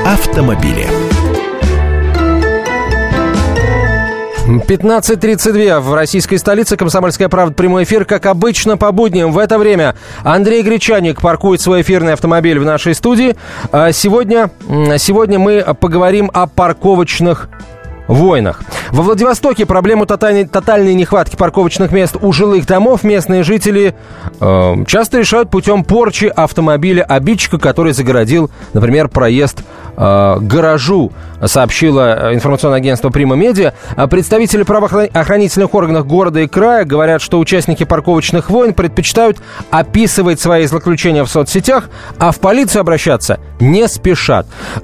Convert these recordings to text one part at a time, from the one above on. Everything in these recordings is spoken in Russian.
автомобили. 15:32 в российской столице. «Комсомольская правда», прямой эфир, как обычно, по будням. В это время Андрей Гречаник паркует свой эфирный автомобиль в нашей студии. Сегодня мы поговорим о парковочных войнах. Во Владивостоке проблему тотальной нехватки парковочных мест у жилых домов местные жители часто решают путем порчи автомобиля обидчика, который загородил, например, проезд гаражу, сообщило информационное агентство «Прима Медиа». Представители правоохранительных органов города и края говорят, что участники парковочных войн предпочитают описывать свои злоключения в соцсетях, а в полицию обращаться не спешат.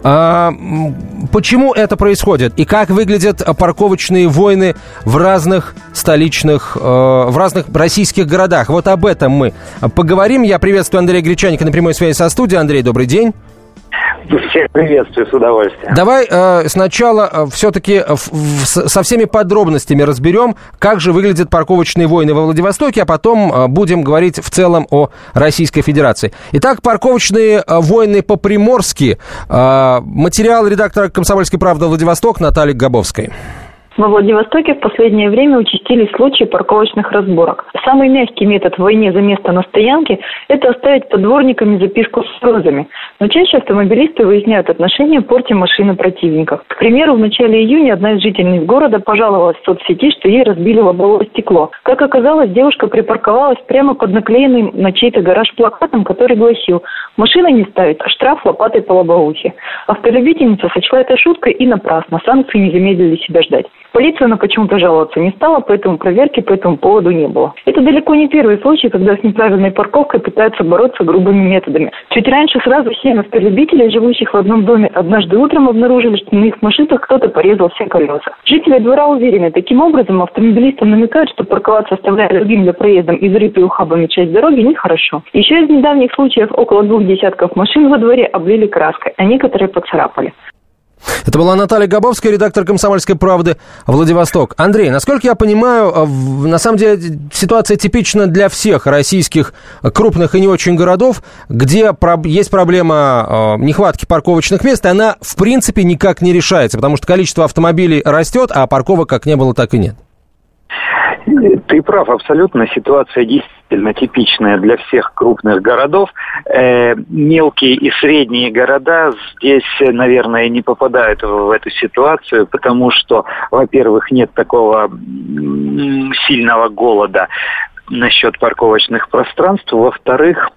Почему это происходит и как выглядят парковочные войны в разных столичных, в разных российских городах? Вот об этом мы поговорим. Я приветствую Андрея Гречаника на прямой связи со студией. Андрей, добрый день. Всех приветствую, с удовольствием. Давай сначала все-таки со всеми подробностями разберем, как же выглядят парковочные войны во Владивостоке, а потом будем говорить в целом о Российской Федерации. Итак, парковочные войны по-приморски. Материал редактора «Комсомольской правды» Владивосток Натальи Габовской. Во Владивостоке в последнее время участились случаи парковочных разборок. Самый мягкий метод в войне за место на стоянке – это оставить под дворниками записку с угрозами. Но чаще автомобилисты выясняют отношения, портя машины противников. К примеру, в начале июня одна из жительниц города пожаловалась в соцсети, что ей разбили лобовое стекло. Как оказалось, девушка припарковалась прямо под наклеенным на чей-то гараж плакатом, который гласил: «Машина не ставит, а штраф лопатой по лобовухе». Автолюбительница сочла это шуткой и напрасно. Санкции не замедлили себя ждать. Полиция она почему-то жаловаться не стала, поэтому проверки по этому поводу не было. Это далеко не первый случай, когда с неправильной парковкой пытаются бороться грубыми методами. Чуть раньше сразу 7 автолюбителей, живущих в одном доме, однажды утром обнаружили, что на их машинах кто-то порезал все колеса. Жители двора уверены, таким образом автомобилистам намекают, что парковаться, оставляя другим для проезда изрытой ухабами часть дороги, нехорошо. Еще из недавних случаев около 2 десятков машин во дворе облили краской, а некоторые поцарапали. Это была Наталья Габовская, редактор «Комсомольской правды» Владивосток. Андрей, насколько я понимаю, на самом деле ситуация типична для всех российских крупных и не очень городов, где есть проблема нехватки парковочных мест, и она, в принципе, никак не решается, потому что количество автомобилей растет, а парковок как не было, так и нет. Ты прав, абсолютно. Ситуация действительно типичная для всех крупных городов. Мелкие и средние города здесь, наверное, не попадают в эту ситуацию, потому что, во-первых, нет такого сильного голода насчет парковочных пространств. Во-вторых,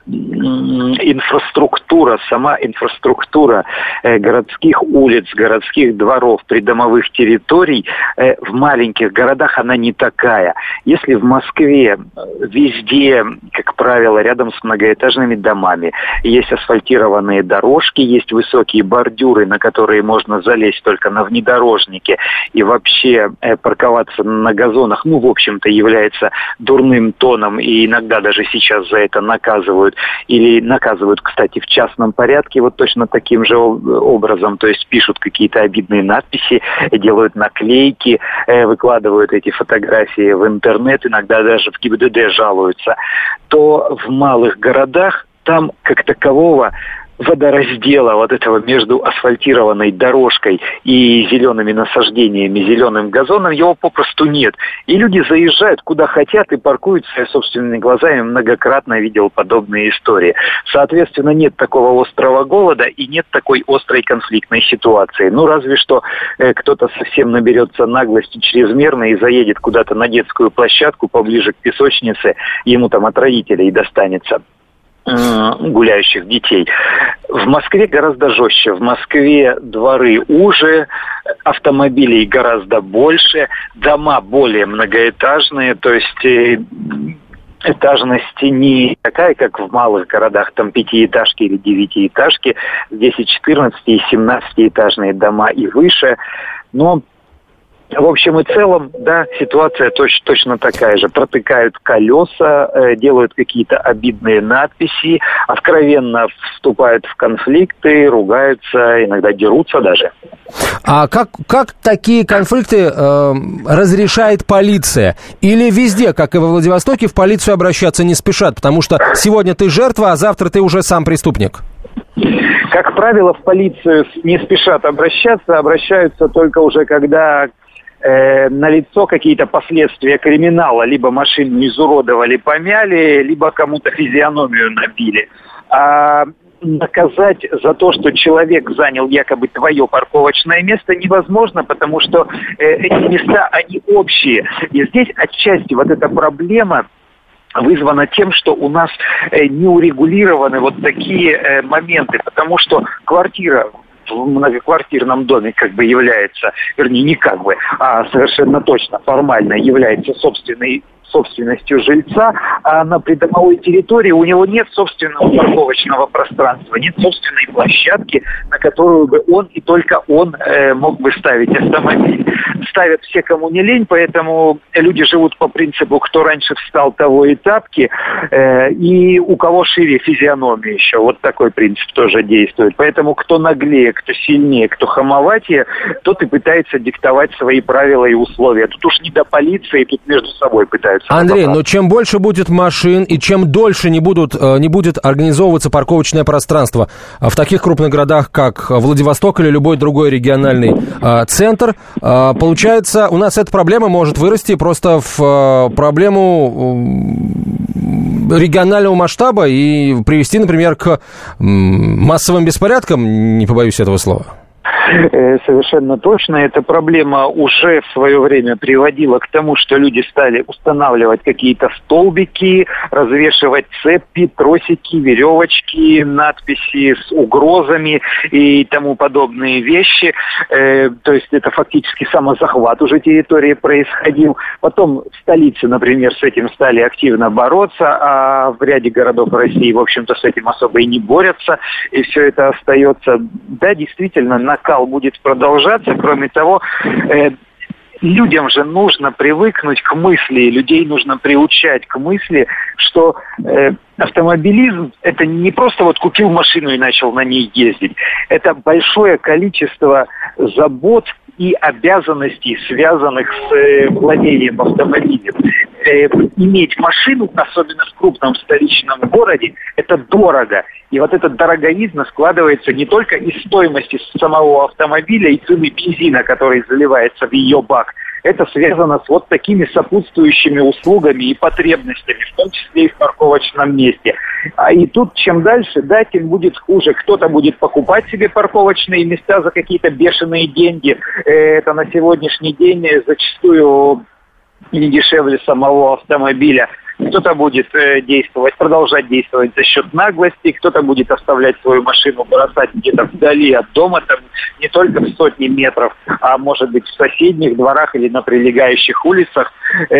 сама инфраструктура городских улиц, городских дворов, придомовых территорий в маленьких городах, она не такая. Если в Москве везде, как правило, рядом с многоэтажными домами есть асфальтированные дорожки, есть высокие бордюры, на которые можно залезть только на внедорожнике, и вообще парковаться на газонах, в общем-то, является дурным тоном, и иногда даже сейчас за это наказывают. Или наказывают, кстати, в частном порядке, вот точно таким же образом. То есть пишут какие-то обидные надписи, делают наклейки, выкладывают эти фотографии в интернет, иногда даже в ГИБДД жалуются. То в малых городах там как такового водораздела вот этого между асфальтированной дорожкой и зелеными насаждениями, зеленым газоном, его попросту нет. И люди заезжают куда хотят и паркуются. Я собственными глазами многократно видел подобные истории. Соответственно, нет такого острого голода и нет такой острой конфликтной ситуации. Разве что кто-то совсем наберется наглости чрезмерно и заедет куда-то на детскую площадку поближе к песочнице, ему там от родителей достанется гуляющих детей. В Москве гораздо жестче. В Москве дворы уже, автомобилей гораздо больше, дома более многоэтажные, то есть этажность не такая, как в малых городах, там 5-этажки или 9-этажки, здесь и 14, и 17-этажные дома и выше, но в общем и целом, да, ситуация точно такая же. Протыкают колеса, делают какие-то обидные надписи, откровенно вступают в конфликты, ругаются, иногда дерутся даже. А как такие конфликты разрешает полиция? Или везде, как и во Владивостоке, в полицию обращаться не спешат? Потому что сегодня ты жертва, а завтра ты уже сам преступник. Как правило, в полицию не спешат обращаются только уже когда налицо какие-то последствия криминала. Либо машину изуродовали, помяли, либо кому-то физиономию набили. А наказать за то, что человек занял якобы твое парковочное место, невозможно, потому что эти места, они общие. И здесь отчасти вот эта проблема вызвано тем, что у нас не урегулированы вот такие моменты, потому что квартира в многоквартирном доме как бы является, вернее, не как бы, а совершенно точно, формально является собственностью жильца, а на придомовой территории у него нет собственного парковочного пространства, нет собственной площадки, на которую бы он и только он мог бы ставить автомобиль. Ставят все, кому не лень, поэтому люди живут по принципу, кто раньше встал, того и тапки, и у кого шире физиономия еще. Вот такой принцип тоже действует. Поэтому кто наглее, кто сильнее, кто хамоватее, тот и пытается диктовать свои правила и условия. Тут уж не до полиции, тут между собой пытаются. Андрей, но чем больше будет машин и чем дольше не будет организовываться парковочное пространство в таких крупных городах, как Владивосток или любой другой региональный центр, получается, у нас эта проблема может вырасти просто в проблему регионального масштаба и привести, например, к массовым беспорядкам, не побоюсь этого слова. Совершенно точно. Эта проблема уже в свое время приводила к тому, что люди стали устанавливать какие-то столбики, развешивать цепи, тросики, веревочки, надписи с угрозами и тому подобные вещи. То есть это фактически самозахват уже территории происходил. Потом в столице, например, с этим стали активно бороться, а в ряде городов России, в общем-то, с этим особо и не борются. И все это остается, да, действительно, накал будет продолжаться. Кроме того, людям же нужно привыкнуть к мысли, людей нужно приучать к мысли, что автомобилизм – это не просто вот купил машину и начал на ней ездить. Это большое количество забот и обязанностей, связанных с владением автомобилем. Иметь машину, особенно в крупном столичном городе, это дорого. И вот эта дороговизна складывается не только из стоимости самого автомобиля и цены бензина, который заливается в ее бак. Это связано с вот такими сопутствующими услугами и потребностями, в том числе и в парковочном месте. И тут чем дальше, да, тем будет хуже. Кто-то будет покупать себе парковочные места за какие-то бешеные деньги. Это на сегодняшний день зачастую не дешевле самого автомобиля. Кто-то будет продолжать действовать за счет наглости, кто-то будет оставлять свою машину, бросать где-то вдали от дома, там, не только в сотни метров, а может быть в соседних дворах или на прилегающих улицах.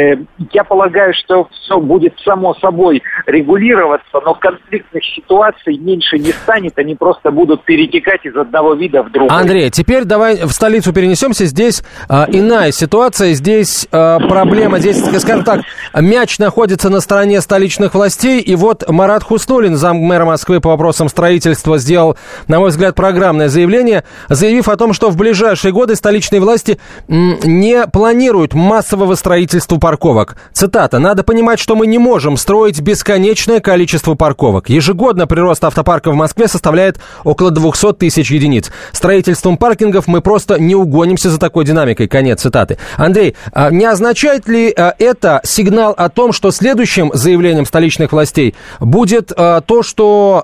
Я полагаю, что все будет само собой регулироваться, но конфликтных ситуаций меньше не станет, они просто будут перетекать из одного вида в другой. Андрей, теперь давай в столицу перенесемся. Здесь иная ситуация, здесь проблема, здесь, скажем так, мяч находится на стороне столичных властей, и вот Марат Хуснуллин, заммэра Москвы по вопросам строительства, сделал, на мой взгляд, программное заявление, заявив о том, что в ближайшие годы столичные власти не планируют массового строительства парковок. Цитата: «Надо понимать, что мы не можем строить бесконечное количество парковок. Ежегодно прирост автопарка в Москве составляет около 200 тысяч единиц. Строительством паркингов мы просто не угонимся за такой динамикой». Конец цитаты. Андрей, не означает ли это сигнал о том, что следующим заявлением столичных властей будет то, что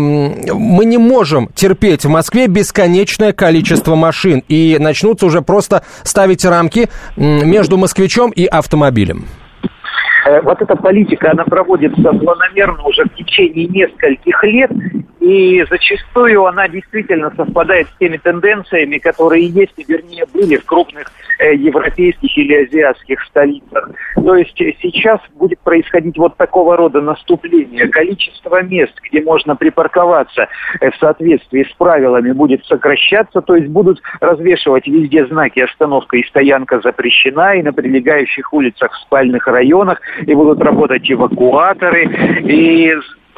мы не можем терпеть в Москве бесконечное количество машин, и начнутся уже просто ставить рамки между москвичом и автомобилем? Вот эта политика, она проводится планомерно уже в течение нескольких лет, и зачастую она действительно совпадает с теми тенденциями, которые есть, и вернее были в крупных европейских или азиатских столицах. То есть сейчас будет происходить вот такого рода наступление. Количество мест, где можно припарковаться в соответствии с правилами, будет сокращаться, то есть будут развешивать везде знаки «Остановка и стоянка запрещена», и на прилегающих улицах в спальных районах, и будут работать эвакуаторы, и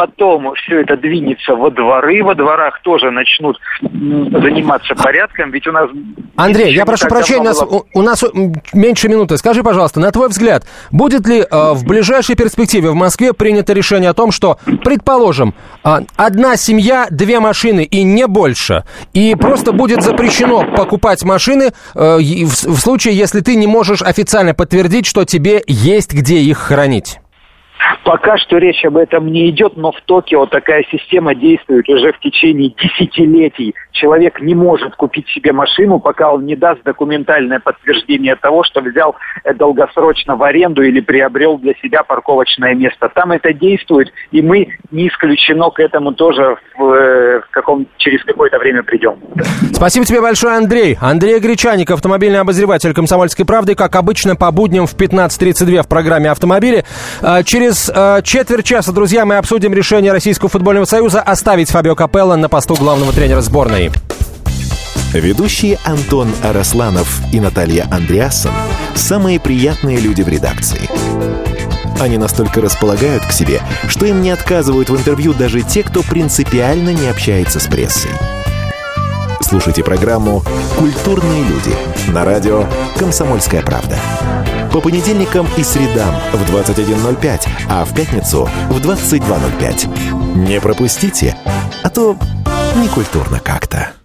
потом все это двинется во дворы, во дворах тоже начнут заниматься порядком, ведь у нас... Андрей, я прошу прощения, у нас меньше минуты. Скажи, пожалуйста, на твой взгляд, будет ли в ближайшей перспективе в Москве принято решение о том, что, предположим, одна семья, 2 машины и не больше, и просто будет запрещено покупать машины в случае, если ты не можешь официально подтвердить, что тебе есть где их хранить? Пока что речь об этом не идет, но в Токио такая система действует уже в течение десятилетий. Человек не может купить себе машину, пока он не даст документальное подтверждение того, что взял долгосрочно в аренду или приобрел для себя парковочное место. Там это действует, и мы не исключено к этому тоже через какое-то время придем. Спасибо тебе большое, Андрей. Андрей Гречаник, автомобильный обозреватель «Комсомольской правды», как обычно, по будням в 15:32 в программе «Автомобили». Через четверть часа, друзья, мы обсудим решение Российского футбольного союза оставить Фабио Капелло на посту главного тренера сборной. Ведущие Антон Арасланов и Наталья Андреассон – самые приятные люди в редакции. Они настолько располагают к себе, что им не отказывают в интервью даже те, кто принципиально не общается с прессой. Слушайте программу «Культурные люди» на радио «Комсомольская правда». По понедельникам и средам в 21:05, а в пятницу в 22:05. Не пропустите, а то некультурно как-то.